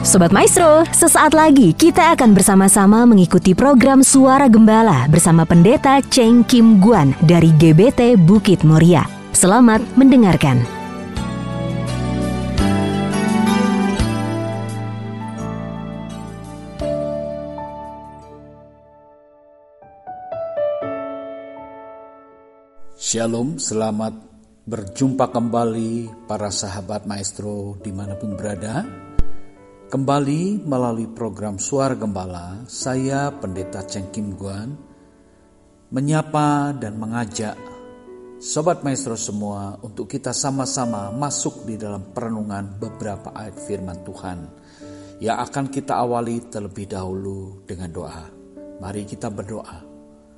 Sobat Maestro, sesaat lagi kita akan bersama-sama mengikuti program Suara Gembala bersama Pendeta Cheng Kim Guan dari GBT Bukit Moria. Selamat mendengarkan. Shalom, selamat berjumpa kembali para sahabat Maestro dimanapun berada. Kembali melalui program Suara Gembala, saya Pendeta Cheng Kim Guan menyapa dan mengajak Sobat Maestro semua untuk kita sama-sama masuk di dalam perenungan beberapa ayat firman Tuhan yang akan kita awali terlebih dahulu dengan doa. Mari kita berdoa.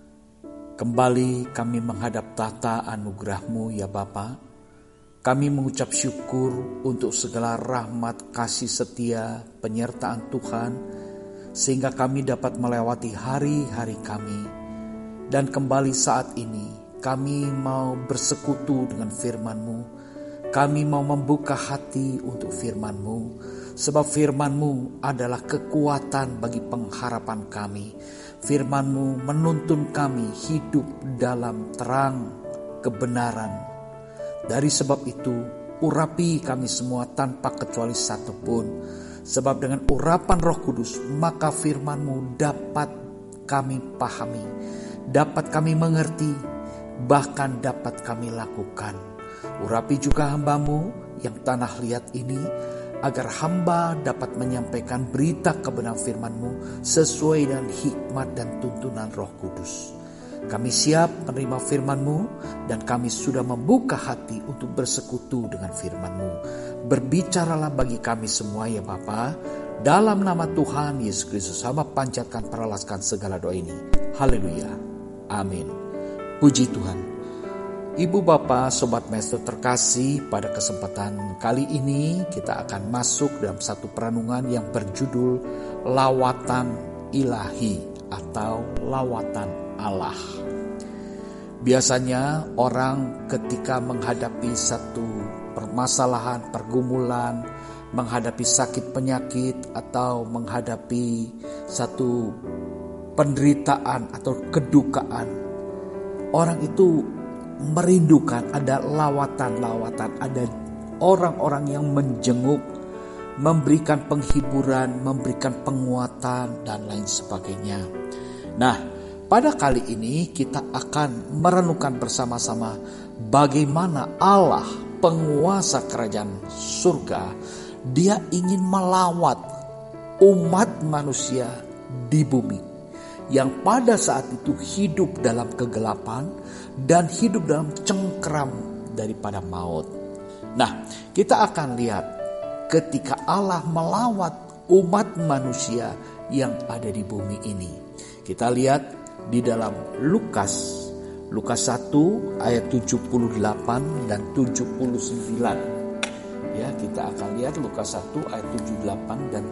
Kembali kami menghadap tahta anugerah-Mu ya Bapa. Kami mengucap syukur untuk segala rahmat, kasih setia, penyertaan Tuhan, sehingga kami dapat melewati hari-hari kami. Dan kembali saat ini, kami mau bersekutu dengan firman-Mu. Kami mau membuka hati untuk firman-Mu, sebab firman-Mu adalah kekuatan bagi pengharapan kami. Firman-Mu menuntun kami hidup dalam terang kebenaran. Dari sebab itu, urapi kami semua tanpa kecuali satupun. Sebab dengan urapan Roh Kudus, maka firman-Mu dapat kami pahami, dapat kami mengerti, bahkan dapat kami lakukan. Urapi juga hamba-Mu yang tanah liat ini, agar hamba dapat menyampaikan berita kebenaran firman-Mu sesuai dengan hikmat dan tuntunan Roh Kudus. Kami siap menerima firman-Mu dan kami sudah membuka hati untuk bersekutu dengan firman-Mu. Berbicaralah bagi kami semua ya Bapa. Dalam nama Tuhan Yesus Kristus hamba panjatkan peralaskan segala doa ini. Haleluya. Amin. Puji Tuhan. Ibu Bapa, Sobat Maestro terkasih, pada kesempatan kali ini kita akan masuk dalam satu perenungan yang berjudul Lawatan Ilahi atau Lawatan Allah. Biasanya orang ketika menghadapi satu permasalahan, pergumulan, menghadapi sakit penyakit atau menghadapi satu penderitaan atau kedukaan, orang itu merindukan ada lawatan-lawatan, ada orang-orang yang menjenguk, memberikan penghiburan, memberikan penguatan dan lain sebagainya. Nah, pada kali ini kita akan merenungkan bersama-sama bagaimana Allah, penguasa kerajaan surga, Dia ingin melawat umat manusia di bumi yang pada saat itu hidup dalam kegelapan dan hidup dalam cengkeram daripada maut. Nah, kita akan lihat ketika Allah melawat umat manusia yang ada di bumi ini. Kita lihat di dalam Lukas 1 ayat 78 dan 79. Ya, kita akan lihat Lukas 1 ayat 78 dan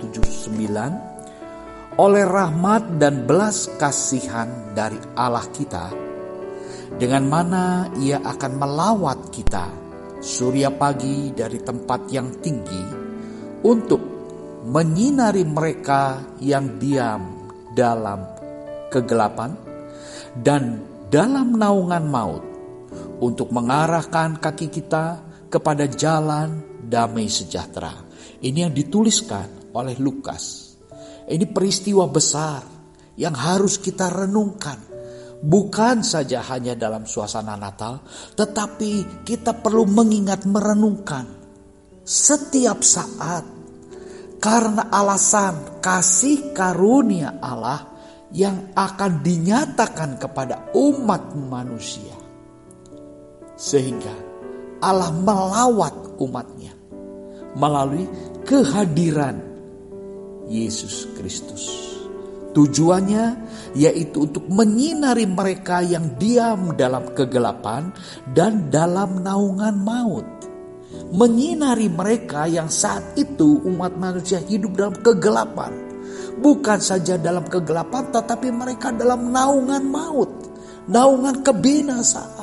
79. Oleh rahmat dan belas kasihan dari Allah kita, dengan mana Ia akan melawat kita surya pagi dari tempat yang tinggi untuk menyinari mereka yang diam dalam kegelapan dan dalam naungan maut, untuk mengarahkan kaki kita kepada jalan damai sejahtera. Ini yang dituliskan oleh Lukas. Ini peristiwa besar yang harus kita renungkan. Bukan saja hanya dalam suasana Natal, tetapi kita perlu mengingat, merenungkan setiap saat. Karena alasan kasih karunia Allah yang akan dinyatakan kepada umat manusia. Sehingga Allah melawat umatnya melalui kehadiran Yesus Kristus. Tujuannya yaitu untuk menyinari mereka yang diam dalam kegelapan dan dalam naungan maut. Menyinari mereka yang saat itu umat manusia hidup dalam kegelapan. Bukan saja dalam kegelapan, tetapi mereka dalam naungan maut, naungan kebinasaan.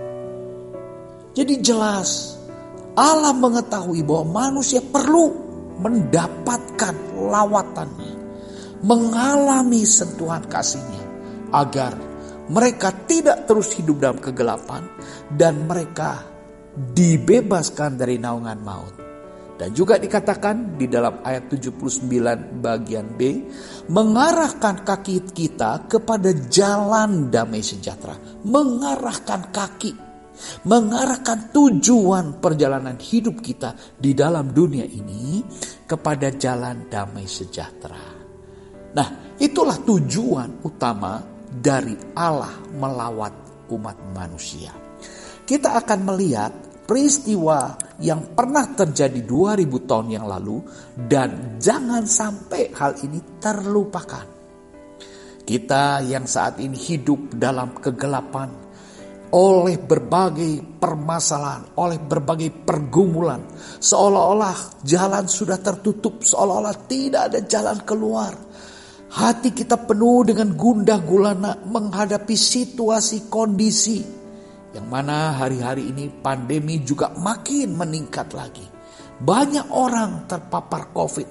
Jadi jelas Allah mengetahui bahwa manusia perlu mendapatkan lawatannya, mengalami sentuhan kasih-Nya, agar mereka tidak terus hidup dalam kegelapan dan mereka dibebaskan dari naungan maut. Dan juga dikatakan di dalam ayat 79 bagian B, mengarahkan kaki kita kepada jalan damai sejahtera. Mengarahkan kaki, mengarahkan tujuan perjalanan hidup kita di dalam dunia ini kepada jalan damai sejahtera. Nah, itulah tujuan utama dari Allah melawat umat manusia. Kita akan melihat peristiwa yang pernah terjadi 2000 tahun yang lalu dan jangan sampai hal ini terlupakan. Kita yang saat ini hidup dalam kegelapan oleh berbagai permasalahan, oleh berbagai pergumulan, seolah-olah jalan sudah tertutup, seolah-olah tidak ada jalan keluar. Hati kita penuh dengan gundah gulana menghadapi situasi kondisi yang mana hari-hari ini pandemi juga makin meningkat lagi. Banyak orang terpapar COVID.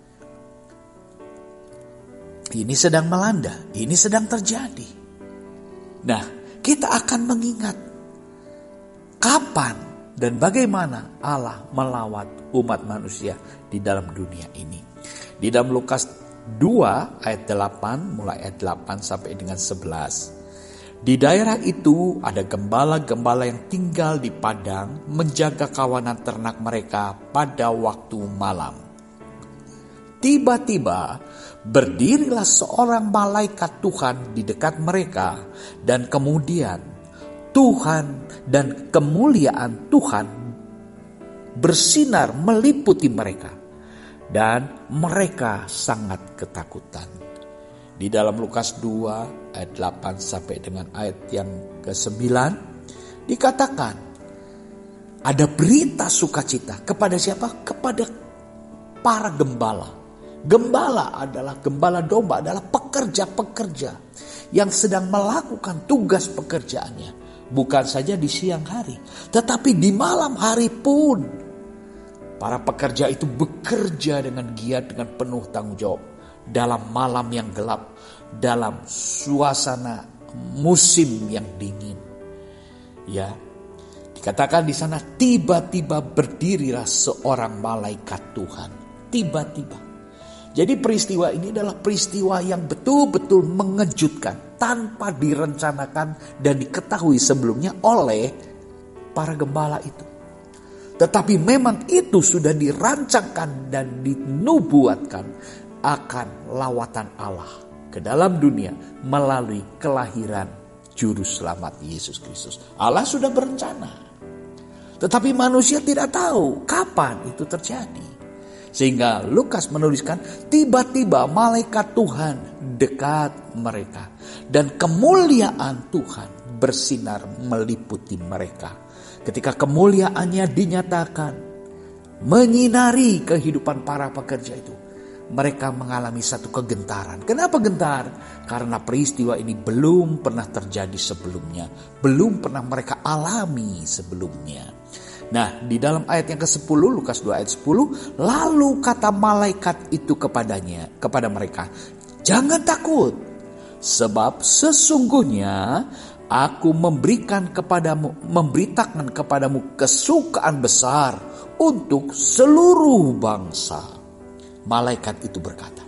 Ini sedang melanda, ini sedang terjadi. Nah, kita akan mengingat kapan dan bagaimana Allah melawat umat manusia di dalam dunia ini. Di dalam Lukas 2 ayat 8, mulai ayat 8 sampai dengan 11. Di daerah itu ada gembala-gembala yang tinggal di padang menjaga kawanan ternak mereka pada waktu malam. Tiba-tiba berdirilah seorang malaikat Tuhan di dekat mereka dan kemudian Tuhan dan kemuliaan Tuhan bersinar meliputi mereka dan mereka sangat ketakutan. Di dalam Lukas 2 ayat 8 sampai dengan ayat yang ke-9 dikatakan ada berita sukacita kepada siapa? Kepada para gembala. Gembala adalah gembala domba, adalah pekerja-pekerja yang sedang melakukan tugas pekerjaannya. Bukan saja di siang hari, tetapi di malam hari pun para pekerja itu bekerja dengan giat, dengan penuh tanggung jawab. Dalam malam yang gelap, dalam suasana musim yang dingin. Ya, dikatakan di sana tiba-tiba berdirilah seorang malaikat Tuhan. Tiba-tiba. Jadi peristiwa ini adalah peristiwa yang betul-betul mengejutkan, tanpa direncanakan dan diketahui sebelumnya oleh para gembala itu. Tetapi memang itu sudah dirancangkan dan dinubuatkan akan lawatan Allah ke dalam dunia melalui kelahiran Juru Selamat Yesus Kristus. Allah sudah berencana. Tetapi manusia tidak tahu kapan itu terjadi. Sehingga Lukas menuliskan tiba-tiba malaikat Tuhan dekat mereka. Dan kemuliaan Tuhan bersinar meliputi mereka. Ketika kemuliaannya dinyatakan menyinari kehidupan para pekerja itu, mereka mengalami satu kegentaran. Kenapa gentar? Karena peristiwa ini belum pernah terjadi sebelumnya. Belum pernah mereka alami sebelumnya. Nah, di dalam ayat yang ke-10, Lukas 2 ayat 10, lalu kata malaikat itu kepada mereka, jangan takut, sebab sesungguhnya aku memberitakan kepadamu kesukaan besar untuk seluruh bangsa. Malaikat itu berkata,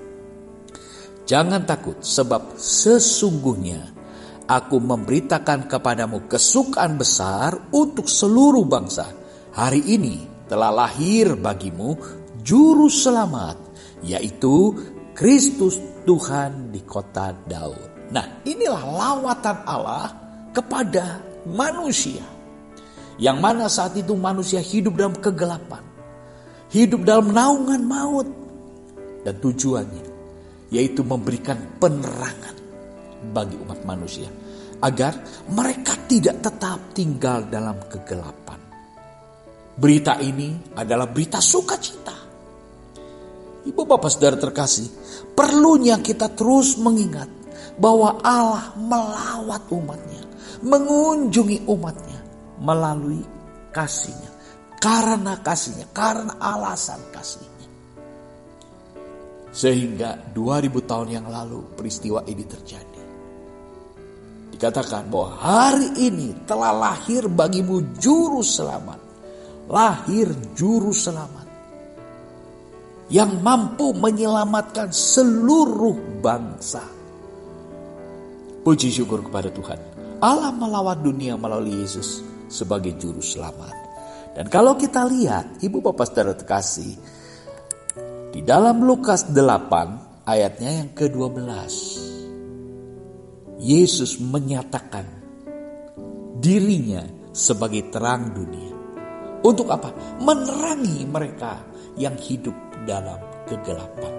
jangan takut, sebab sesungguhnya aku memberitakan kepadamu kesukaan besar untuk seluruh bangsa. Hari ini telah lahir bagimu Juru Selamat, yaitu Kristus Tuhan di kota Daud. Nah, inilah lawatan Allah kepada manusia. Yang mana saat itu manusia hidup dalam kegelapan. Hidup dalam naungan maut. Dan tujuannya yaitu memberikan penerangan bagi umat manusia. Agar mereka tidak tetap tinggal dalam kegelapan. Berita ini adalah berita sukacita. Ibu bapak saudara terkasih, perlunya kita terus mengingat bahwa Allah melawat umatnya. Mengunjungi umatnya melalui kasih-Nya. Karena kasih-Nya, karena alasan kasih-Nya. Sehingga 2000 tahun yang lalu peristiwa ini terjadi. Dikatakan bahwa hari ini telah lahir bagimu juru selamat. Lahir juru selamat yang mampu menyelamatkan seluruh bangsa. Puji syukur kepada Tuhan. Allah melawat dunia melalui Yesus sebagai juru selamat. Dan kalau kita lihat, Ibu Bapak Saudara terkasih, di dalam Lukas 8 ayatnya yang ke-12, Yesus menyatakan dirinya sebagai terang dunia. Untuk apa? Menerangi mereka yang hidup dalam kegelapan.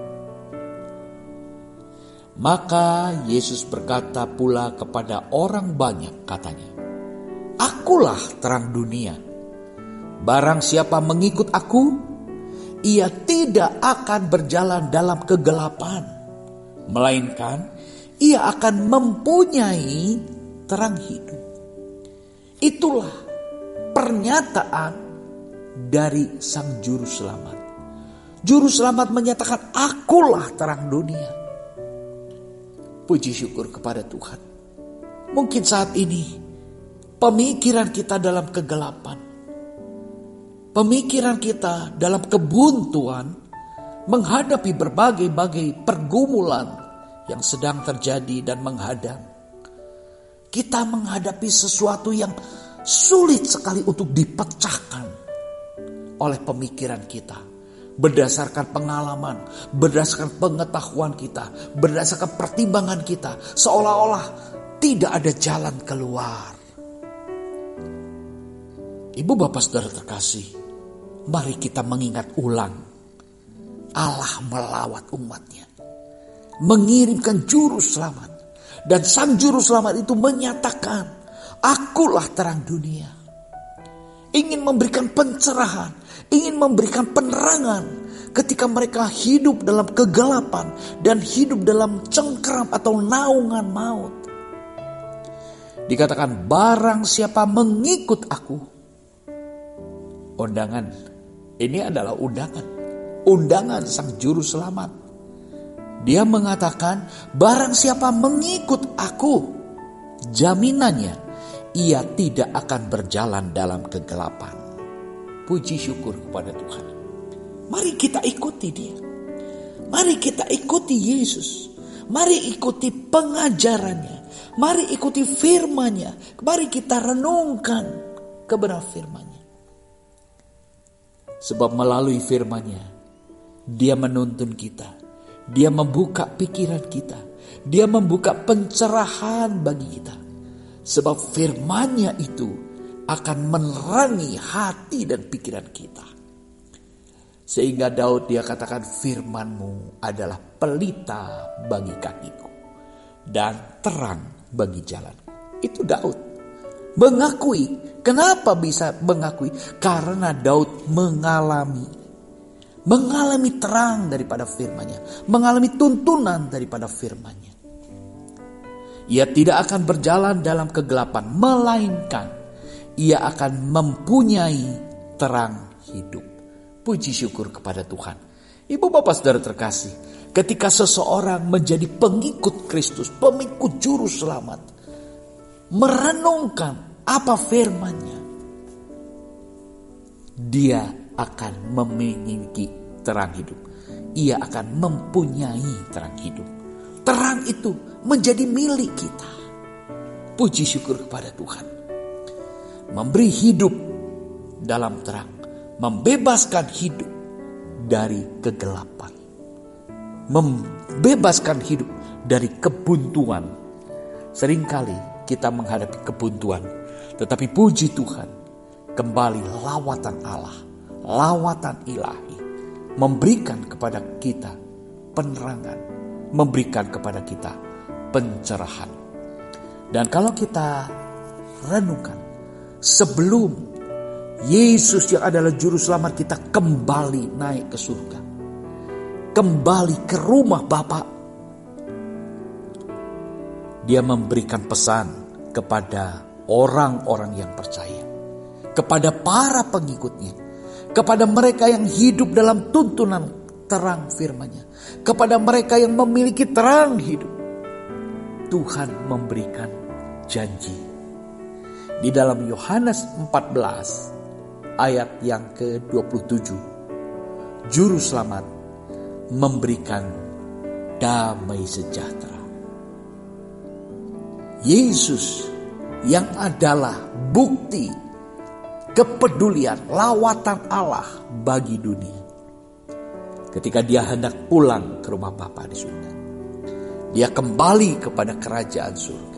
Maka Yesus berkata pula kepada orang banyak, katanya, "Akulah terang dunia. Barang siapa mengikut aku, ia tidak akan berjalan dalam kegelapan, melainkan ia akan mempunyai terang hidup." Itulah pernyataan dari Sang Juru Selamat. Juru Selamat menyatakan, "Akulah terang dunia." Puji syukur kepada Tuhan. Mungkin saat ini pemikiran kita dalam kegelapan, pemikiran kita dalam kebuntuan, menghadapi berbagai-bagai pergumulan yang sedang terjadi dan menghadang. Kita menghadapi sesuatu yang sulit sekali untuk dipecahkan oleh pemikiran kita, berdasarkan pengalaman, berdasarkan pengetahuan kita, berdasarkan pertimbangan kita, seolah-olah tidak ada jalan keluar. Ibu Bapak Saudara terkasih, mari kita mengingat ulang, Allah melawat umatnya, mengirimkan juru selamat, dan Sang Juru Selamat itu menyatakan, "Akulah terang dunia." Ingin memberikan pencerahan, ingin memberikan penerangan ketika mereka hidup dalam kegelapan dan hidup dalam cengkeram atau naungan maut. Dikatakan, "Barang siapa mengikut aku." Undangan, ini adalah undangan Sang Juru Selamat. Dia mengatakan, "Barang siapa mengikut aku, jaminannya ia tidak akan berjalan dalam kegelapan." Puji syukur kepada Tuhan. Mari kita ikuti dia. Mari kita ikuti Yesus. Mari ikuti pengajarannya. Mari ikuti firman-Nya. Mari kita renungkan kebenaran firman-Nya. Sebab melalui firman-Nya, Dia menuntun kita. Dia membuka pikiran kita. Dia membuka pencerahan bagi kita. Sebab firman-Nya itu akan menerangi hati dan pikiran kita. Sehingga Daud dia katakan, "Firman-Mu adalah pelita bagi kakiku dan terang bagi jalanku." Itu Daud mengakui. Kenapa bisa mengakui? Karena Daud mengalami terang daripada firman-Nya, mengalami tuntunan daripada firman-Nya. Ia tidak akan berjalan dalam kegelapan, melainkan ia akan mempunyai terang hidup. Puji syukur kepada Tuhan. Ibu Bapak Saudara terkasih, ketika seseorang menjadi pengikut Kristus, pengikut Juru Selamat, merenungkan apa firman-Nya, dia akan memiliki terang hidup. Ia akan mempunyai terang hidup. Terang itu menjadi milik kita. Puji syukur kepada Tuhan. Memberi hidup dalam terang, membebaskan hidup dari kegelapan, membebaskan hidup dari kebuntuan. Seringkali kita menghadapi kebuntuan, tetapi puji Tuhan, kembali lawatan Allah, lawatan ilahi, memberikan kepada kita penerangan, memberikan kepada kita pencerahan. Dan kalau kita renungkan, sebelum Yesus yang adalah Juru Selamat kita kembali naik ke surga, kembali ke rumah Bapa, Dia memberikan pesan kepada orang-orang yang percaya, kepada para pengikutnya, kepada mereka yang hidup dalam tuntunan terang firman-Nya. Kepada mereka yang memiliki terang hidup, Tuhan memberikan janji. Di dalam Yohanes 14 ayat yang ke-27, Juru Selamat memberikan damai sejahtera. Yesus yang adalah bukti kepedulian lawatan Allah bagi dunia. Ketika dia hendak pulang ke rumah Bapa di surga, dia kembali kepada kerajaan surga.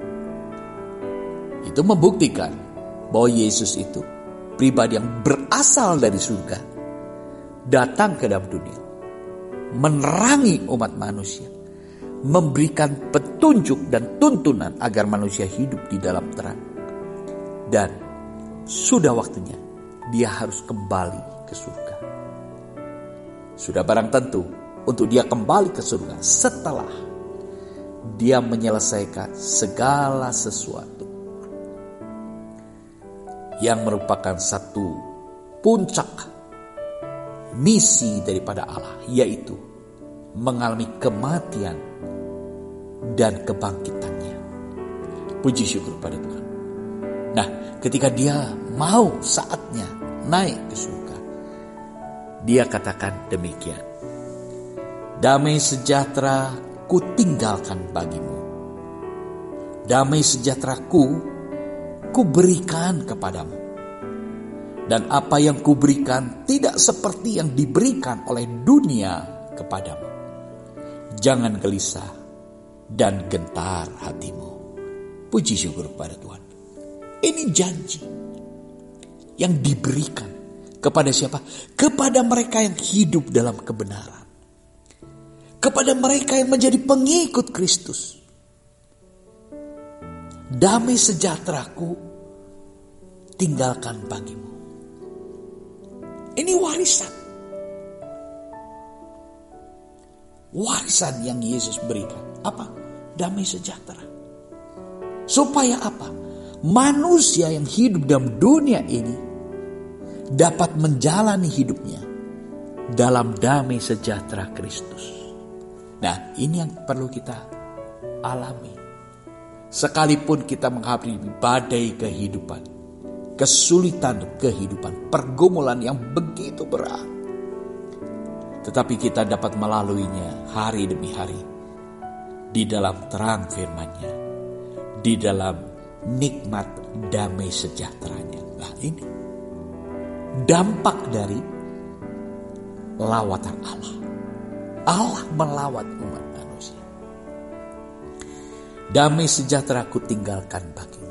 Itu membuktikan bahwa Yesus itu pribadi yang berasal dari surga, datang ke dalam dunia, menerangi umat manusia, memberikan petunjuk dan tuntunan agar manusia hidup di dalam terang. Dan sudah waktunya dia harus kembali ke surga. Sudah barang tentu untuk dia kembali ke surga setelah dia menyelesaikan segala sesuatu yang merupakan satu puncak misi daripada Allah, yaitu mengalami kematian dan kebangkitannya. Puji syukur pada Tuhan. Nah, ketika dia mau saatnya naik ke surga, dia katakan demikian. Damai sejahtera ku tinggalkan bagimu. Damai sejahteraku ku berikan kepadamu. Dan apa yang ku berikan tidak seperti yang diberikan oleh dunia kepadamu. Jangan gelisah dan gentar hatimu. Puji syukur kepada Tuhan. Ini janji yang diberikan kepada siapa? Kepada mereka yang hidup dalam kebenaran. Kepada mereka yang menjadi pengikut Kristus. Damai sejahteraku tinggalkan bagimu. Ini warisan. Warisan yang Yesus berikan. Apa? Damai sejahtera. Supaya apa? Manusia yang hidup dalam dunia ini dapat menjalani hidupnya dalam damai sejahtera Kristus. Nah, ini yang perlu kita alami. Sekalipun kita menghadapi badai kehidupan, kesulitan kehidupan, pergumulan yang begitu berat, tetapi kita dapat melaluinya hari demi hari di dalam terang firman-Nya, di dalam nikmat damai sejahteranya. Nah, ini dampak dari lawatan Allah. Allah melawat umat manusia. Damai sejahtera ku tinggalkan bagimu.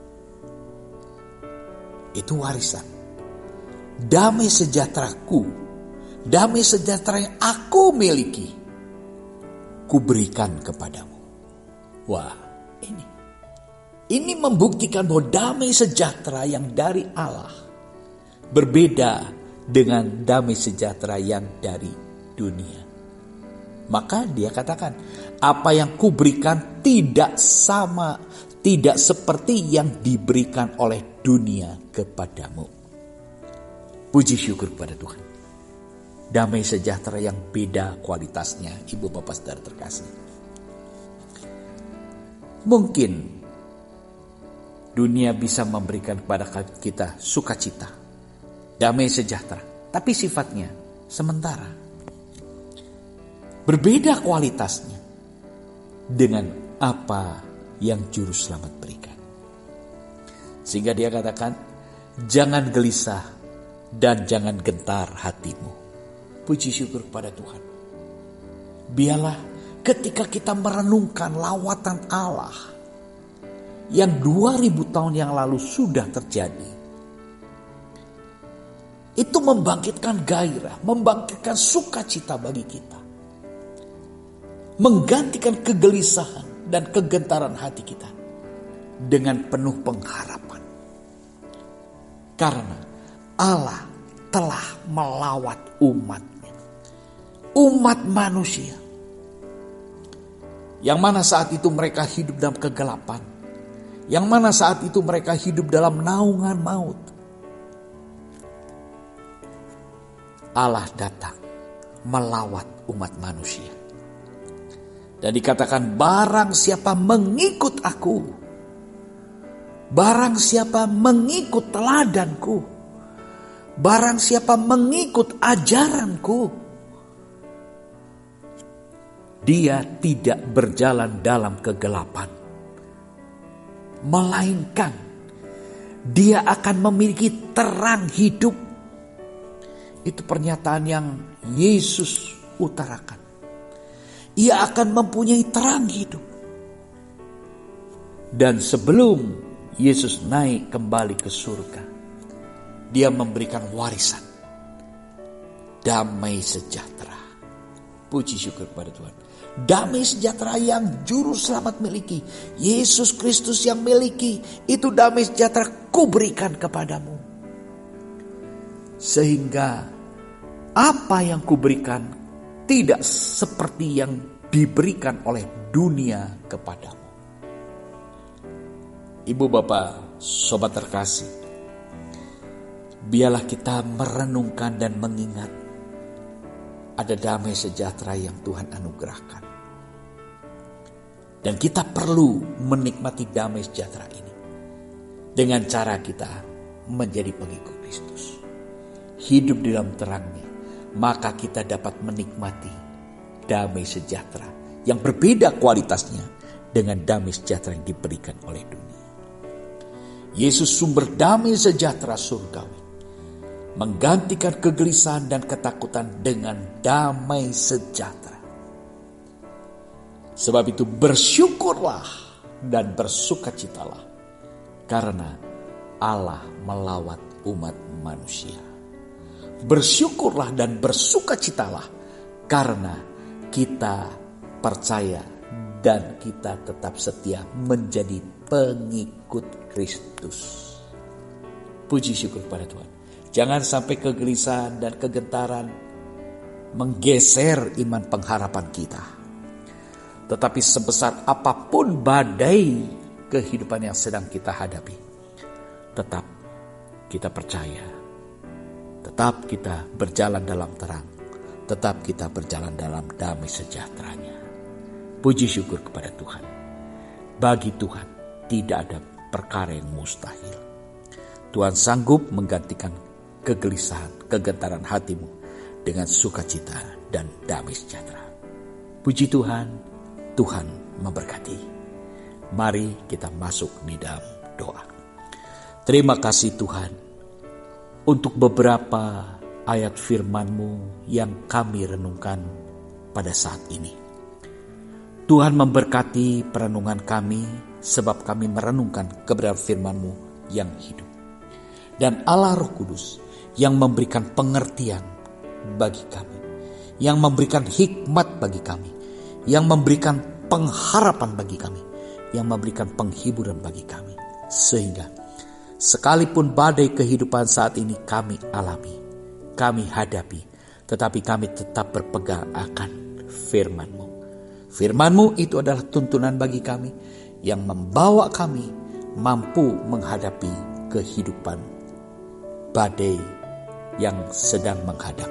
Itu warisan. Damai sejahteraku, damai sejahtera yang aku miliki, ku berikan kepadamu. Wah, ini membuktikan bahwa damai sejahtera yang dari Allah berbeda dengan damai sejahtera yang dari dunia. Maka dia katakan, apa yang kuberikan tidak sama, tidak seperti yang diberikan oleh dunia kepadamu. Puji syukur kepada Tuhan. Damai sejahtera yang beda kualitasnya, ibu bapak saudara terkasih. Mungkin dunia bisa memberikan kepada kita sukacita, damai sejahtera, tapi sifatnya sementara. Berbeda kualitasnya dengan apa yang Juru Selamat berikan. Sehingga dia katakan, jangan gelisah dan jangan gentar hatimu. Puji syukur kepada Tuhan. Biarlah ketika kita merenungkan lawatan Allah yang 2000 tahun yang lalu sudah terjadi, itu membangkitkan gairah, membangkitkan sukacita bagi kita. Menggantikan kegelisahan dan kegentaran hati kita dengan penuh pengharapan. Karena Allah telah melawat umatnya. Umat manusia. Yang mana saat itu mereka hidup dalam kegelapan. Yang mana saat itu mereka hidup dalam naungan maut. Allah datang melawat umat manusia. Dan dikatakan, barang siapa mengikut aku, barang siapa mengikut teladanku, barang siapa mengikut ajaranku, dia tidak berjalan dalam kegelapan, melainkan dia akan memiliki terang hidup. Itu pernyataan yang Yesus utarakan. Ia akan mempunyai terang hidup. Dan sebelum Yesus naik kembali ke surga, dia memberikan warisan damai sejahtera. Puji syukur kepada Tuhan. Damai sejahtera yang juru selamat miliki, Yesus Kristus yang miliki, itu damai sejahtera kuberikan kepadamu. Sehingga apa yang kuberikan tidak seperti yang diberikan oleh dunia kepadamu. Ibu bapak, sobat terkasih, biarlah kita merenungkan dan mengingat ada damai sejahtera yang Tuhan anugerahkan. Dan kita perlu menikmati damai sejahtera ini dengan cara kita menjadi pengikut Kristus. Hidup di dalam terangnya, maka kita dapat menikmati damai sejahtera yang berbeda kualitasnya dengan damai sejahtera yang diberikan oleh dunia. Yesus sumber damai sejahtera surgawi, menggantikan kegelisahan dan ketakutan dengan damai sejahtera. Sebab itu bersyukurlah dan bersukacitalah karena Allah melawat umat manusia. Bersyukurlah dan bersukacitalah karena kita percaya dan kita tetap setia menjadi pengikut Kristus. Puji syukur kepada Tuhan. Jangan sampai kegelisahan dan kegentaran menggeser iman pengharapan kita. Tetapi sebesar apapun badai kehidupan yang sedang kita hadapi, tetap kita percaya, tetap kita berjalan dalam terang, tetap kita berjalan dalam damai sejahteranya. Puji syukur kepada Tuhan. Bagi Tuhan tidak ada perkara yang mustahil. Tuhan sanggup menggantikan kegelisahan, kegentaran hatimu dengan sukacita dan damai sejahtera. Puji Tuhan, Tuhan memberkati. Mari kita masuk di dalam doa. Terima kasih Tuhan untuk beberapa ayat firman-Mu yang kami renungkan pada saat ini. Tuhan memberkati perenungan kami sebab kami merenungkan kebenaran firman-Mu yang hidup. Dan Allah Roh Kudus yang memberikan pengertian bagi kami, yang memberikan hikmat bagi kami, yang memberikan pengharapan bagi kami, yang memberikan penghiburan bagi kami. Sehingga sekalipun badai kehidupan saat ini kami alami, kami hadapi, tetapi kami tetap berpegang akan firman-Mu. Firman-Mu itu adalah tuntunan bagi kami yang membawa kami mampu menghadapi kehidupan badai yang sedang menghadap.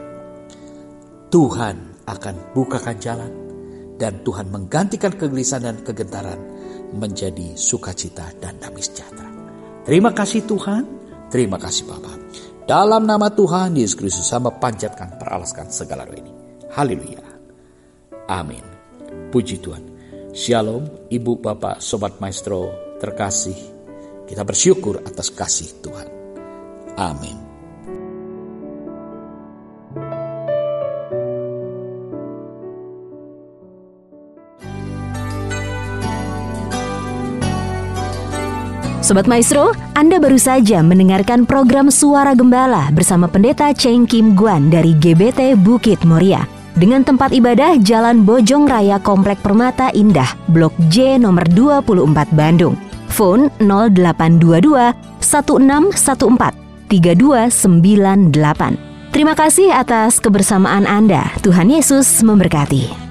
Tuhan akan bukakan jalan dan Tuhan menggantikan kegelisahan dan kegentaran menjadi sukacita dan damai sejahtera. Terima kasih Tuhan, terima kasih Bapa. Dalam nama Tuhan Yesus Kristus sama panjatkan peralaskan segala doa ini. Haleluya. Amin. Puji Tuhan. Shalom Ibu Bapak Sobat Maestro terkasih. Kita bersyukur atas kasih Tuhan. Amin. Sobat Maestro, Anda baru saja mendengarkan program Suara Gembala bersama Pendeta Cheng Kim Guan dari GBT Bukit Moria. Dengan tempat ibadah Jalan Bojong Raya Komplek Permata Indah, Blok J nomor 24 Bandung. Phone 0822 1614 3298. Terima kasih atas kebersamaan Anda. Tuhan Yesus memberkati.